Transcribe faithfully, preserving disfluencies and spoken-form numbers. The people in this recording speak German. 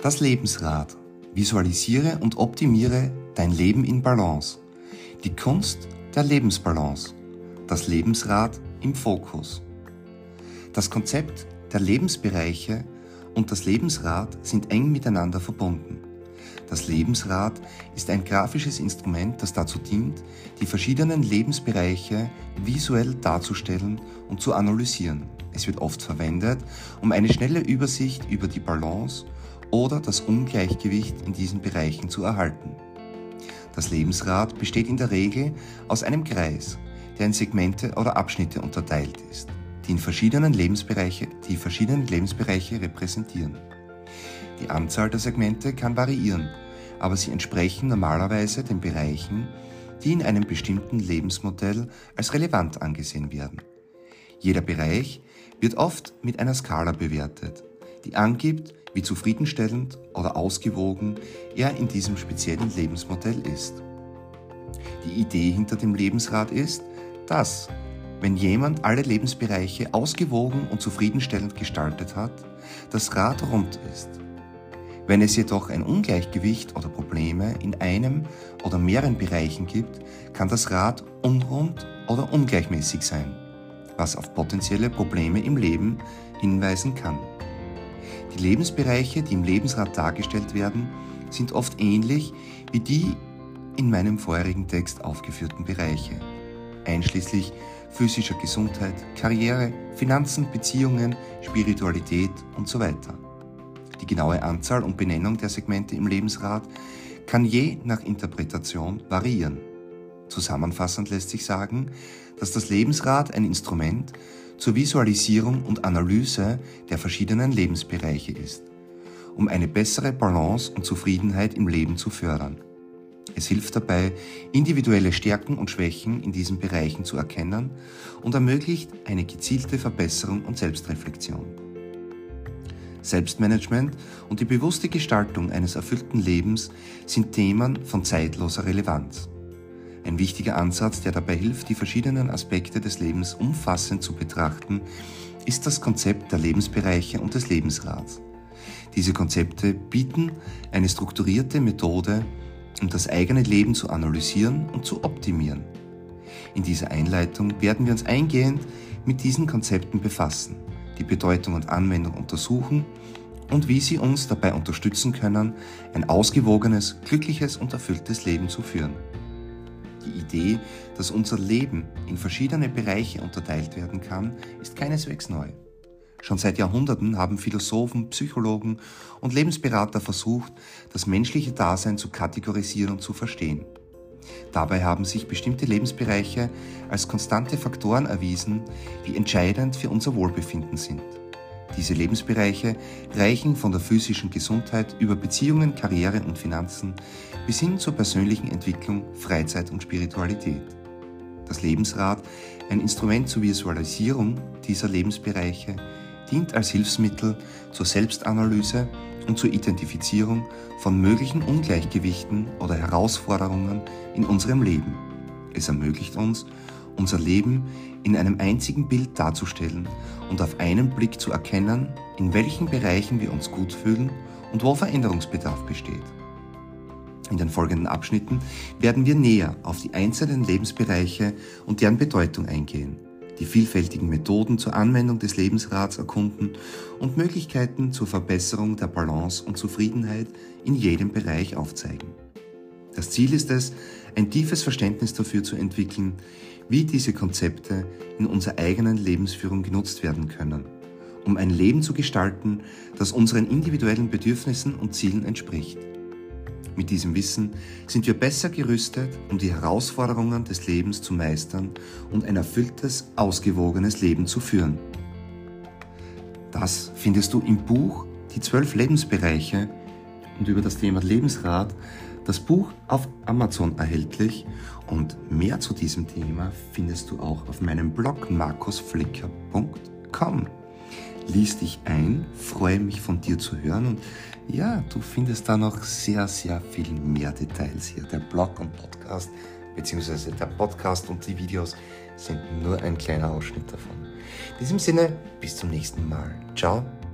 Das Lebensrad. Visualisiere und optimiere dein Leben in Balance. Die Kunst der Lebensbalance. Das Lebensrad im Fokus. Das Konzept der Lebensbereiche und das Lebensrad sind eng miteinander verbunden. Das Lebensrad ist ein grafisches Instrument, das dazu dient, die verschiedenen Lebensbereiche visuell darzustellen und zu analysieren. Es wird oft verwendet, um eine schnelle Übersicht über die Balance oder das Ungleichgewicht in diesen Bereichen zu erhalten. Das Lebensrad besteht in der Regel aus einem Kreis, der in Segmente oder Abschnitte unterteilt ist, die in verschiedenen Lebensbereiche, die verschiedenen Lebensbereiche repräsentieren. Die Anzahl der Segmente kann variieren, aber sie entsprechen normalerweise den Bereichen, die in einem bestimmten Lebensmodell als relevant angesehen werden. Jeder Bereich wird oft mit einer Skala bewertet, die angibt, wie zufriedenstellend oder ausgewogen er in diesem speziellen Lebensmodell ist. Die Idee hinter dem Lebensrad ist, dass, wenn jemand alle Lebensbereiche ausgewogen und zufriedenstellend gestaltet hat, das Rad rund ist. Wenn es jedoch ein Ungleichgewicht oder Probleme in einem oder mehreren Bereichen gibt, kann das Rad unrund oder ungleichmäßig sein, was auf potenzielle Probleme im Leben hinweisen kann. Die Lebensbereiche, die im Lebensrad dargestellt werden, sind oft ähnlich wie die in meinem vorherigen Text aufgeführten Bereiche, einschließlich physischer Gesundheit, Karriere, Finanzen, Beziehungen, Spiritualität und so weiter. Die genaue Anzahl und Benennung der Segmente im Lebensrad kann je nach Interpretation variieren. Zusammenfassend lässt sich sagen, dass das Lebensrad ein Instrument zur Visualisierung und Analyse der verschiedenen Lebensbereiche ist, um eine bessere Balance und Zufriedenheit im Leben zu fördern. Es hilft dabei, individuelle Stärken und Schwächen in diesen Bereichen zu erkennen und ermöglicht eine gezielte Verbesserung und Selbstreflexion. Selbstmanagement und die bewusste Gestaltung eines erfüllten Lebens sind Themen von zeitloser Relevanz. Ein wichtiger Ansatz, der dabei hilft, die verschiedenen Aspekte des Lebens umfassend zu betrachten, ist das Konzept der Lebensbereiche und des Lebensrads. Diese Konzepte bieten eine strukturierte Methode, um das eigene Leben zu analysieren und zu optimieren. In dieser Einleitung werden wir uns eingehend mit diesen Konzepten befassen, die Bedeutung und Anwendung untersuchen und wie sie uns dabei unterstützen können, ein ausgewogenes, glückliches und erfülltes Leben zu führen. Die Idee, dass unser Leben in verschiedene Bereiche unterteilt werden kann, ist keineswegs neu. Schon seit Jahrhunderten haben Philosophen, Psychologen und Lebensberater versucht, das menschliche Dasein zu kategorisieren und zu verstehen. Dabei haben sich bestimmte Lebensbereiche als konstante Faktoren erwiesen, die entscheidend für unser Wohlbefinden sind. Diese Lebensbereiche reichen von der physischen Gesundheit über Beziehungen, Karriere und Finanzen bis hin zur persönlichen Entwicklung, Freizeit und Spiritualität. Das Lebensrad, ein Instrument zur Visualisierung dieser Lebensbereiche, dient als Hilfsmittel zur Selbstanalyse und zur Identifizierung von möglichen Ungleichgewichten oder Herausforderungen in unserem Leben. Es ermöglicht uns, unser Leben in einem einzigen Bild darzustellen und auf einen Blick zu erkennen, in welchen Bereichen wir uns gut fühlen und wo Veränderungsbedarf besteht. In den folgenden Abschnitten werden wir näher auf die einzelnen Lebensbereiche und deren Bedeutung eingehen, die vielfältigen Methoden zur Anwendung des Lebensrads erkunden und Möglichkeiten zur Verbesserung der Balance und Zufriedenheit in jedem Bereich aufzeigen. Das Ziel ist es, ein tiefes Verständnis dafür zu entwickeln, wie diese Konzepte in unserer eigenen Lebensführung genutzt werden können, um ein Leben zu gestalten, das unseren individuellen Bedürfnissen und Zielen entspricht. Mit diesem Wissen sind wir besser gerüstet, um die Herausforderungen des Lebens zu meistern und ein erfülltes, ausgewogenes Leben zu führen. Das findest du im Buch Die zwölf Lebensbereiche und über das Thema Lebensrad, das Buch auf Amazon erhältlich, und mehr zu diesem Thema findest du auch auf meinem Blog markus flicker punkt com. Lies dich ein, freue mich von dir zu hören und ja, du findest da noch sehr, sehr viel mehr Details hier. Der Blog und Podcast, beziehungsweise der Podcast und die Videos sind nur ein kleiner Ausschnitt davon. In diesem Sinne, bis zum nächsten Mal. Ciao.